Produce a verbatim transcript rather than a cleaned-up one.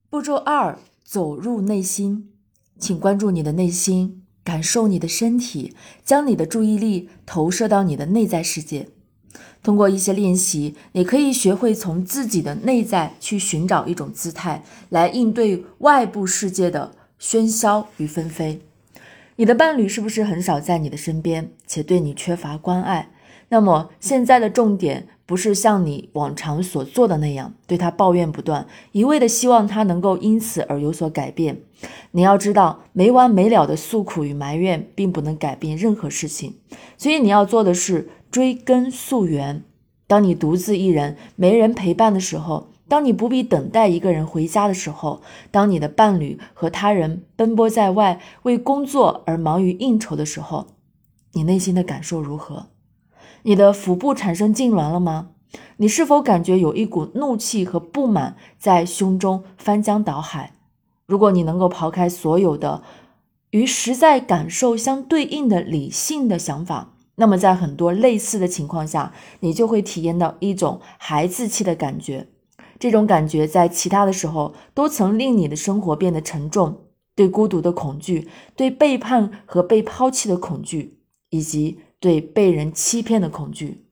步骤二，走入内心。请关注你的内心，感受你的身体，将你的注意力投射到你的内在世界。通过一些练习，你可以学会从自己的内在去寻找一种姿态，来应对外部世界的喧嚣与纷飞。你的伴侣是不是很少在你的身边，且对你缺乏关爱？那么现在的重点不是像你往常所做的那样对他抱怨不断，一味的希望他能够因此而有所改变。你要知道，没完没了的诉苦与埋怨并不能改变任何事情，所以你要做的是追根溯源。当你独自一人没人陪伴的时候，当你不必等待一个人回家的时候，当你的伴侣和他人奔波在外为工作而忙于应酬的时候，你内心的感受如何？你的腹部产生痉挛了吗？你是否感觉有一股怒气和不满在胸中翻江倒海？如果你能够抛开所有的与实在感受相对应的理性的想法，那么在很多类似的情况下，你就会体验到一种孩子气的感觉。这种感觉在其他的时候都曾令你的生活变得沉重，对孤独的恐惧，对背叛和被抛弃的恐惧，以及对被人欺骗的恐惧。